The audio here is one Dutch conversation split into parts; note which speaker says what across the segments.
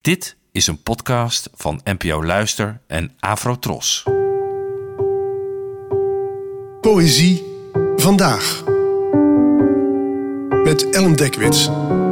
Speaker 1: Dit is een podcast van NPO Luister en Afrotros.
Speaker 2: Poëzie vandaag. Met Ellen Dekwits.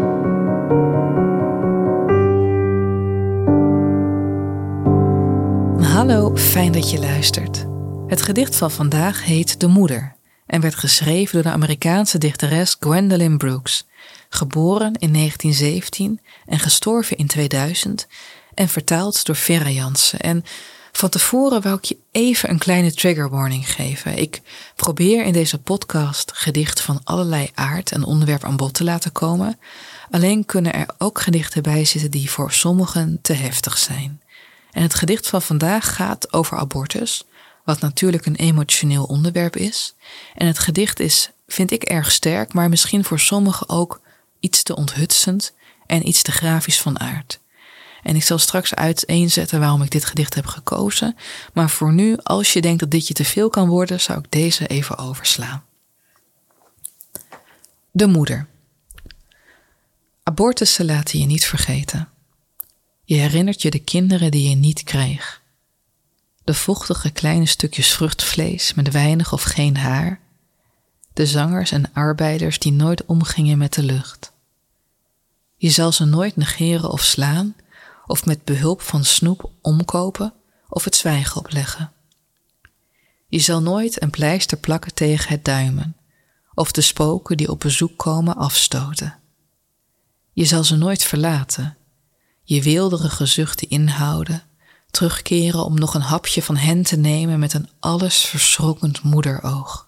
Speaker 3: Hallo, fijn dat je luistert. Het gedicht van vandaag heet De Moeder en werd geschreven door de Amerikaanse dichteres Gwendolyn Brooks, geboren in 1917 en gestorven in 2000 en vertaald door Vera Jansen. En van tevoren wou ik je even een kleine trigger warning geven. Ik probeer in deze podcast gedichten van allerlei aard en onderwerp aan bod te laten komen. Alleen kunnen er ook gedichten bij zitten die voor sommigen te heftig zijn. En het gedicht van vandaag gaat over abortus, wat natuurlijk een emotioneel onderwerp is. En het gedicht is, vind ik, erg sterk, maar misschien voor sommigen ook iets te onthutsend en iets te grafisch van aard. En ik zal straks uiteenzetten waarom ik dit gedicht heb gekozen. Maar voor nu, als je denkt dat dit je te veel kan worden, zou ik deze even overslaan. De moeder. Abortussen laten je niet vergeten. Je herinnert je de kinderen die je niet kreeg. De vochtige kleine stukjes vruchtvlees met weinig of geen haar. De zangers en arbeiders die nooit omgingen met de lucht. Je zal ze nooit negeren of slaan, of met behulp van snoep omkopen of het zwijgen opleggen. Je zal nooit een pleister plakken tegen het duimen, of de spoken die op bezoek komen afstoten. Je zal ze nooit verlaten, je weelderige zuchten inhouden, terugkeren om nog een hapje van hen te nemen met een alles verschrokkend moederoog.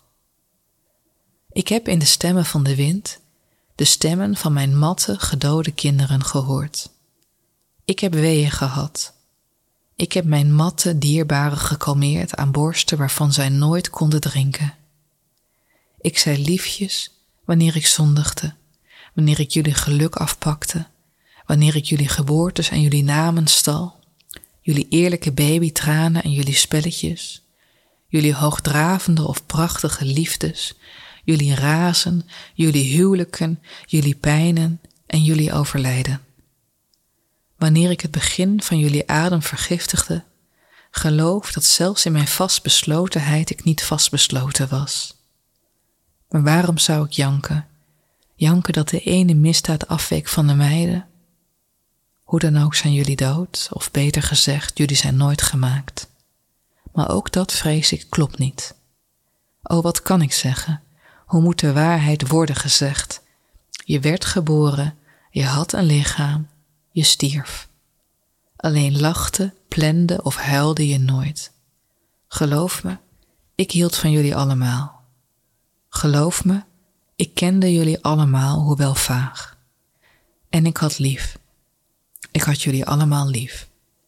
Speaker 3: Ik heb in de stemmen van de wind de stemmen van mijn matte, gedode kinderen gehoord. Ik heb weeën gehad. Ik heb mijn matte dierbaren gekalmeerd aan borsten waarvan zij nooit konden drinken. Ik zei liefjes wanneer ik zondigde, wanneer ik jullie geluk afpakte, wanneer ik jullie geboortes en jullie namen stal, jullie eerlijke babytranen en jullie spelletjes, jullie hoogdravende of prachtige liefdes, jullie razen, jullie huwelijken, jullie pijnen en jullie overlijden. Wanneer ik het begin van jullie adem vergiftigde, geloof dat zelfs in mijn vastbeslotenheid ik niet vastbesloten was. Maar waarom zou ik janken? Janken dat de ene misdaad afweek van de meiden? Hoe dan ook zijn jullie dood, of beter gezegd, jullie zijn nooit gemaakt. Maar ook dat, vrees ik, klopt niet. O, wat kan ik zeggen? Hoe moet de waarheid worden gezegd? Je werd geboren, je had een lichaam, je stierf. Alleen lachte, plende of huilde je nooit. Geloof me, ik hield van jullie allemaal. Geloof me, ik kende jullie allemaal, hoewel vaag. En ik had lief. Ik had jullie allemaal lief.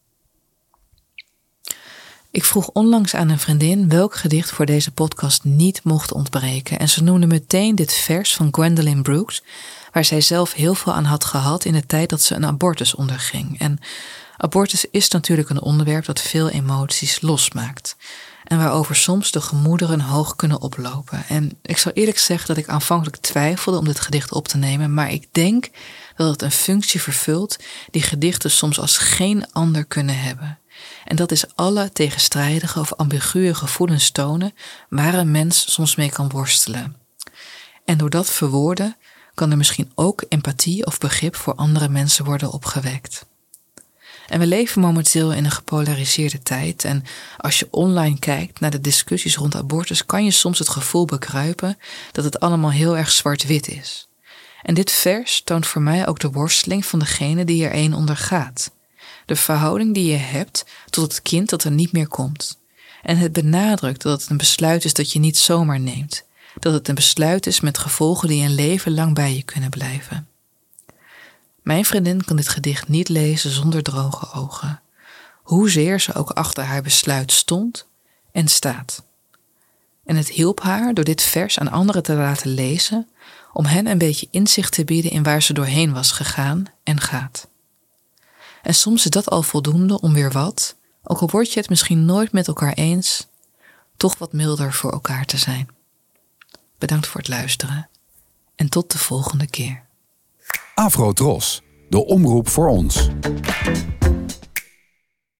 Speaker 3: Ik vroeg onlangs aan een vriendin welk gedicht voor deze podcast niet mocht ontbreken. En ze noemde meteen dit vers van Gwendolyn Brooks, waar zij zelf heel veel aan had gehad in de tijd dat ze een abortus onderging. En abortus is natuurlijk een onderwerp dat veel emoties losmaakt. En waarover soms de gemoederen hoog kunnen oplopen. En ik zal eerlijk zeggen dat ik aanvankelijk twijfelde om dit gedicht op te nemen, maar ik denk dat het een functie vervult die gedichten soms als geen ander kunnen hebben. En dat is alle tegenstrijdige of ambiguë gevoelens tonen waar een mens soms mee kan worstelen. En door dat verwoorden kan er misschien ook empathie of begrip voor andere mensen worden opgewekt. En we leven momenteel in een gepolariseerde tijd en als je online kijkt naar de discussies rond abortus kan je soms het gevoel bekruipen dat het allemaal heel erg zwart-wit is. En dit vers toont voor mij ook de worsteling van degene die er een ondergaat. De verhouding die je hebt tot het kind dat er niet meer komt. En het benadrukt dat het een besluit is dat je niet zomaar neemt. Dat het een besluit is met gevolgen die een leven lang bij je kunnen blijven. Mijn vriendin kan dit gedicht niet lezen zonder droge ogen. Hoezeer ze ook achter haar besluit stond en staat. En het hielp haar door dit vers aan anderen te laten lezen, om hen een beetje inzicht te bieden in waar ze doorheen was gegaan en gaat. En soms is dat al voldoende om weer wat, ook al word je het misschien nooit met elkaar eens, toch wat milder voor elkaar te zijn. Bedankt voor het luisteren en tot de volgende keer.
Speaker 4: Afrotros, de omroep voor ons.